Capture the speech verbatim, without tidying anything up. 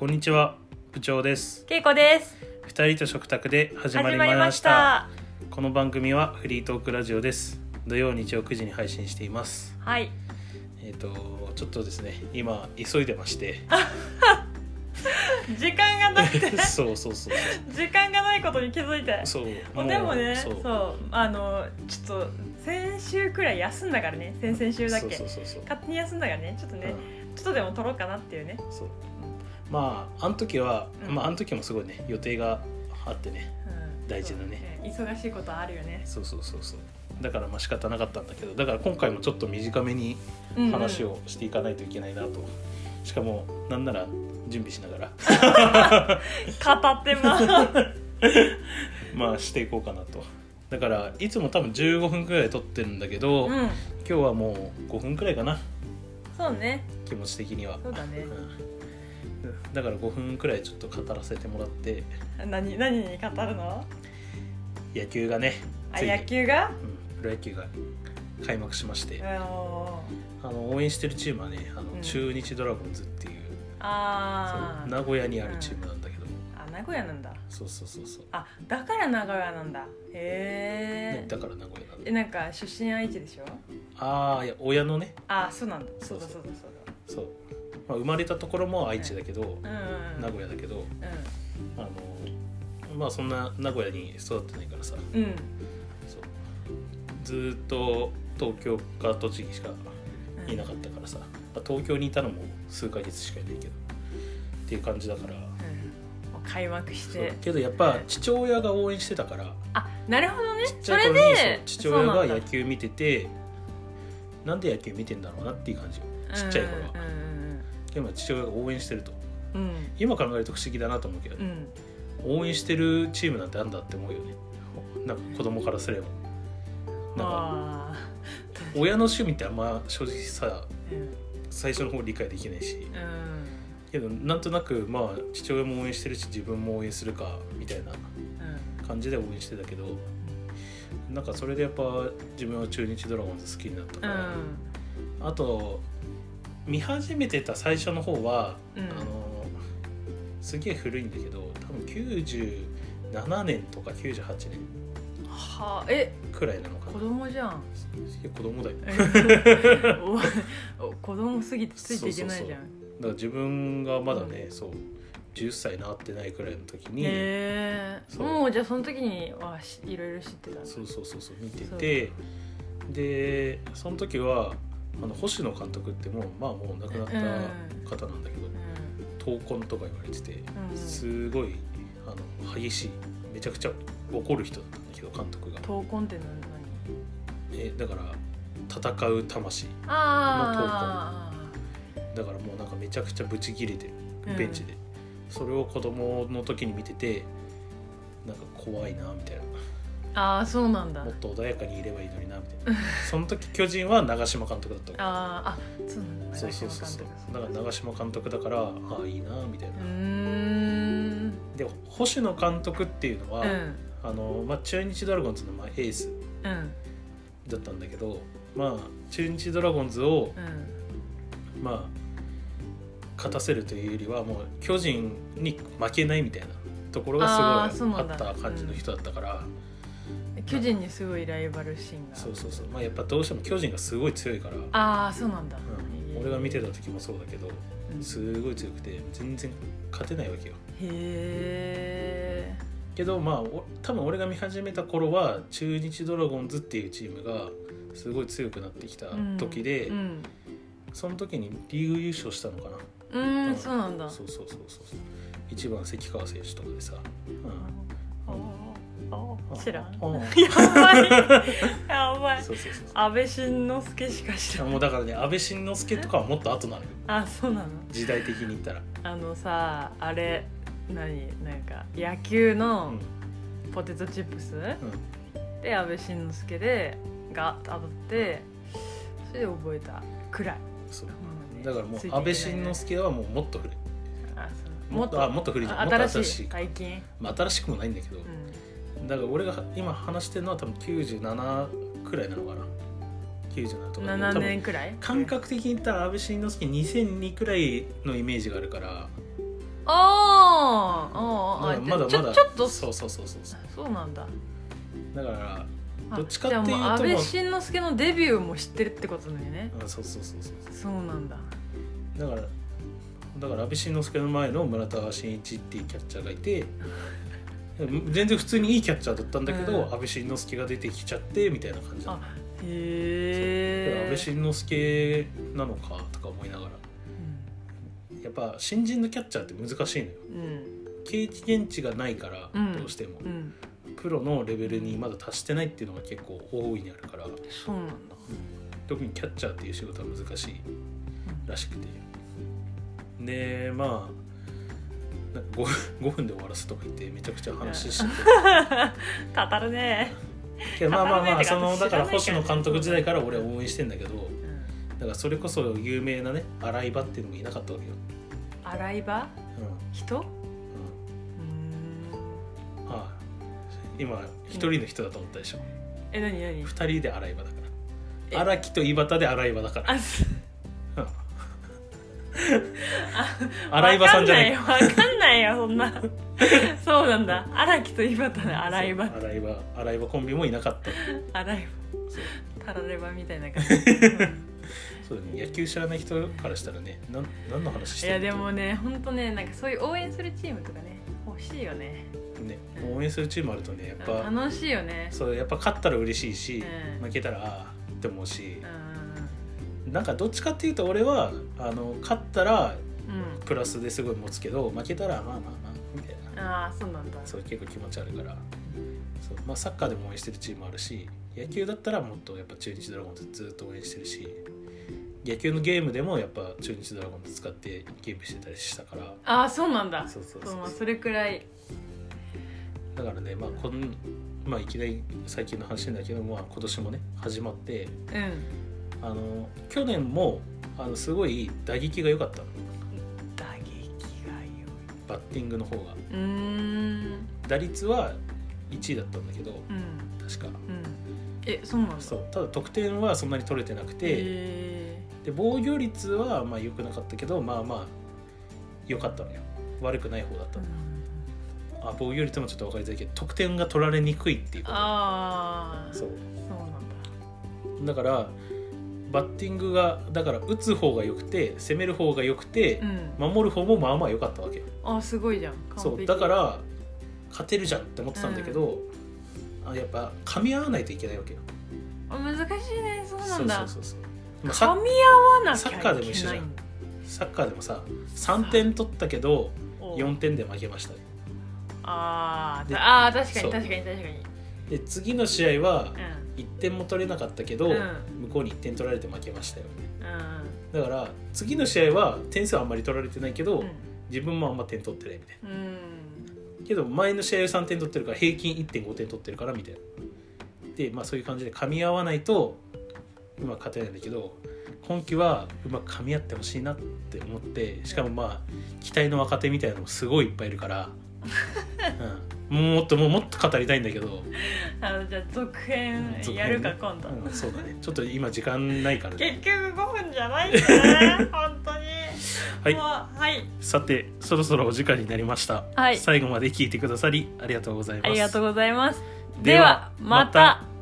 こんにちは、部長です。 けいこです。 二人と食卓で始まりました。 始まりました。 この番組はフリートークラジオです。土曜日曜くじに配信しています。 はい。 えっとちょっとですね、今急いでまして時間がなくてそうそうそう時間がないことに気づいて、 そうもうでもね、 そそううあのちょっと先週くらい休んだからね、先々週だっけ、 そうそうそうそう勝手に休んだからね、ちょっとね、 うん、 ちょっとでも撮ろうかなっていうね。 そう、まああの時は、 うん、 まああの時もすごいね予定があってね、うん、大事なね、 忙しいことあるよね。 そうそうそうそう、だからまあ仕方なかったんだけど、だから今回もちょっと短めに話をしていかないといけないなと、うんうん、しかもなんなら準備しながら片手間まあしていこうかなと。だからいつも多分じゅうごふんくらい撮ってるんだけど、うん、今日はもうごふんくらいかな。 そうね、 気持ち的にはそうだね、 うん、だからごふんくらいちょっと語らせてもらって。 何何に語るの？ 野球がね、 あ、野球が、 うん、プロ野球が開幕しまして、 あの応援してるチームはね、あの、うん、中日ドラゴンズっていう、 あ名古屋にあるチームなんだけど、うん、 あ、名古屋なんだ。 そうそうそうそう、 あ、だから名古屋なんだ。へえ、 だから名古屋なんだ。 え、なんか出身愛知でしょ？ ああ、いや親のね、 あ、そうなんだ。 そうそうそうだそうだそう、まあ、生まれたところも愛知だけど、うんうん、 名古屋だけど、うん、あのまあそんな名古屋に育ってないからさ、うん、そうずっと東京か栃木しかいなかったからさ、うん、東京にいたのも数ヶ月しかいないけどっていう感じだから、うん、 開幕してけどやっぱ父親が応援してたから、 あ、なるほどね、 ちっちゃい頃にそれで父親が野球見てて、なんで野球見てんだろうなっていう感じよ、ちっちゃい頃は、うんうんうん、でも父親が応援してると、うん、今考えると不思議だなと思うけど、うん、応援してるチームなんてあんだって思うよね、なんか子供からすれば。なんか親の趣味ってあんま正直さ、うん、最初の方理解できないし、うん、けどなんとなくまあ父親も応援してるし自分も応援するかみたいな感じで応援してたけど、うん、なんかそれでやっぱ自分は中日ドラゴンズ好きになったから、うん、あと見始めてた最初の方は、うん、あのすげえ古いんだけど多分きゅうじゅうななねんとかきゅうじゅうはちねんはあ、えくらいなのかな。子供じゃん。いや子供だよ子供すぎてついていけないじゃん。そうそうそう、だから自分がまだね、うん、そうじゅっさいなってないくらいの時に、 へー、もうじゃあその時にはいろいろ知ってた。 そうそうそうそう見てて、でその時はあの星野監督ってもうまあもう亡くなった方なんだけど、うん、闘魂とか言われてて、うん、すごいあの激しいめちゃくちゃ怒る人だったんだけど監督が。 闘魂って何？ えだから戦う魂の闘魂だからもうなんかめちゃくちゃブチギレてるベンチで、うん、それを子供の時に見ててなんか怖いなみたいな。 ああ、そうなんだ。 もっと穏やかにいればいいのになみたいなその時巨人は長嶋監督だったわけ。 ああ、そうなんだ。 そうそうそうそう、だから長嶋監督だからああいいなみたいな。うーん、で星野監督っていうのは、うん、あのまあ、中日ドラゴンズのまあエースだったんだけど、うん、まあ中日ドラゴンズを、うん、まあ勝たせるというよりはもう巨人に負けないみたいなところがすごい あ, あった感じの人だったから、 うん、巨人にすごいライバル心が。 そうそうそう、まあ、やっぱどうしても巨人がすごい強いから。 ああ、そうなんだ、 うん、俺が見てた時もそうだけど、うん、すごい強くて全然勝てないわけよ。 へえ。 けどまあ多分俺が見始めた頃は中日ドラゴンズっていうチームがすごい強くなってきた時で、うんうん、その時にリーグ優勝したのかな。 うーん、うん、そうなんだ。 そうそうそうそう、一番関川選手とかでさ、うん、 ああ、知らん。やばいやばい。 そうそうそう、 安倍晋之助しか知らん。 もうだからね、安倍晋之助とかはもっと後なのよ。 あ、そうなの。 時代的に言ったらあのさ、あれ何、なんか野球のポテトチップス、うん、で安倍晋之助でガッと当たってそれで覚えたくらい。 そう、うん、だからもう安倍晋之助はもうもっと古い。 あ、そう、 もっと、あ、もっと古いじゃん。 新しい、新しい解禁、 まあ、新しくもないんだけど、うん、だから俺が今話してるのは多分きゅうじゅうななくらいなのかな。きゅうじゅうななとかななねんくらい。 感覚的に言ったら安倍晋之助にせんにくらいのイメージがあるから、 あああまだまだちょちょっとそうそうそうそうそうなんだ。 だからどっちかっていうとじゃあもう安倍晋之助のデビューも知ってるってことだよね。 あそうそうそうそうそうなんだ。 だからだから安倍晋之助の前の村田真一っていうキャッチャーがいて全然普通にいいキャッチャーだったんだけど、うん、安倍晋之助が出てきちゃってみたいな感じだ。あへえ。安倍晋之助なのかとか思いながら、うん、やっぱ新人のキャッチャーって難しいのよ、うん、経験値がないからどうしても、うんうんプロのレベルにまだ達してないっていうのが結構大いにあるから。 そうなんだ、うん、 特にキャッチャーっていう仕事は難しいらしくて、うん、でまあ 5, ごふんで終わらすとか言ってめちゃくちゃ話しちゃってたたるねいやまあまあまあそのだから星野監督時代から俺は応援してんだけど、うん、だからそれこそ有名なね洗い場っていうのもいなかったわけよ。 洗い場、うん、人、うん、 ああ今一人の人だと思ったでしょ。 え何何二人で洗い場だから荒木と井端で洗い場だから洗い場さんじゃないか分かんないよそんなそうなんだ荒木と井端で洗い場洗い場洗い場コンビもいなかった。 洗い場タラレバみたいな感じそうだね野球知らない人からしたらねなん何の話してるの。 いやでもね本当ねなんかそういう応援するチームとかね欲しいよね。 ね、応援するチームあるとねやっぱ楽しいよね。 そうやっぱ勝ったら嬉しいし、うん、負けたらああって思うし、うん、なんかどっちかっていうと俺はあの勝ったらプラスですごい持つけど、負けたらまあまあまあみたいな。ああそうなんだ。 そう結構気持ち悪いからそう、まあ、サッカーでも応援してるチームあるし野球だったらもっとやっぱ中日ドラゴンズずっと応援してるし野球のゲームでもやっぱ中日ドラゴンズ使ってゲームしてたりしたから。 ああそうなんだ。 そうそうそうそう、 まあ、それくらいだからね、まあこんまあ、いきなり最近の話なんだけど、まあ、今年もね始まって、うん、あの去年もあのすごい打撃が良かったの。 打撃が良いバッティングの方がうーん打率はいちいだったんだけど、うん、確か、うん、 えそうなんだ。 そうただ得点はそんなに取れてなくてで防御率はまあ良くなかったけどまあまあ良かったのよ。悪くない方だったの、うんあ防御率もちょっと分かりづらいけど得点が取られにくいっていうこと。ああそうそうなんだ。だからバッティングがだから打つ方が良くて攻める方が良くて、うん、守る方もまあまあ良かったわけよ。 あすごいじゃん。 そうだから勝てるじゃんって思ってたんだけど、うん、あやっぱ噛み合わないといけないわけよ。 あ難しいね。そうなんだ。そうそうそうそう、まあ、噛み合わなきゃいけない。サッカーでも一緒じゃん。サッカーでもささんてん取ったけどよんてんで負けました。 ああ確かに確かに確かに。 で次の試合は、うん、いってんも取れなかったけど、うん、向こうにいってん取られて負けましたよね、うん、だから次の試合は点数はあんまり取られてないけど、うん、自分もあんま点取ってないみたいな、うん、けど前の試合はさんてん取ってるから平均 いってんご 点取ってるからみたいなで、まあ、そういう感じで噛み合わないとうまく勝てないんだけど今季はうまく噛み合ってほしいなって思ってしかもまあ期待の若手みたいなのもすごいいっぱいいるからうん、もっともうもっと語りたいんだけどあのじゃあ続編やるか今度、 うん、そうだねちょっと今時間ないからね結局ごふんじゃないんだね本当にはい、はい、さてそろそろお時間になりました、はい、最後まで聞いてくださりありがとうございます。 ありがとうございます。ではまた。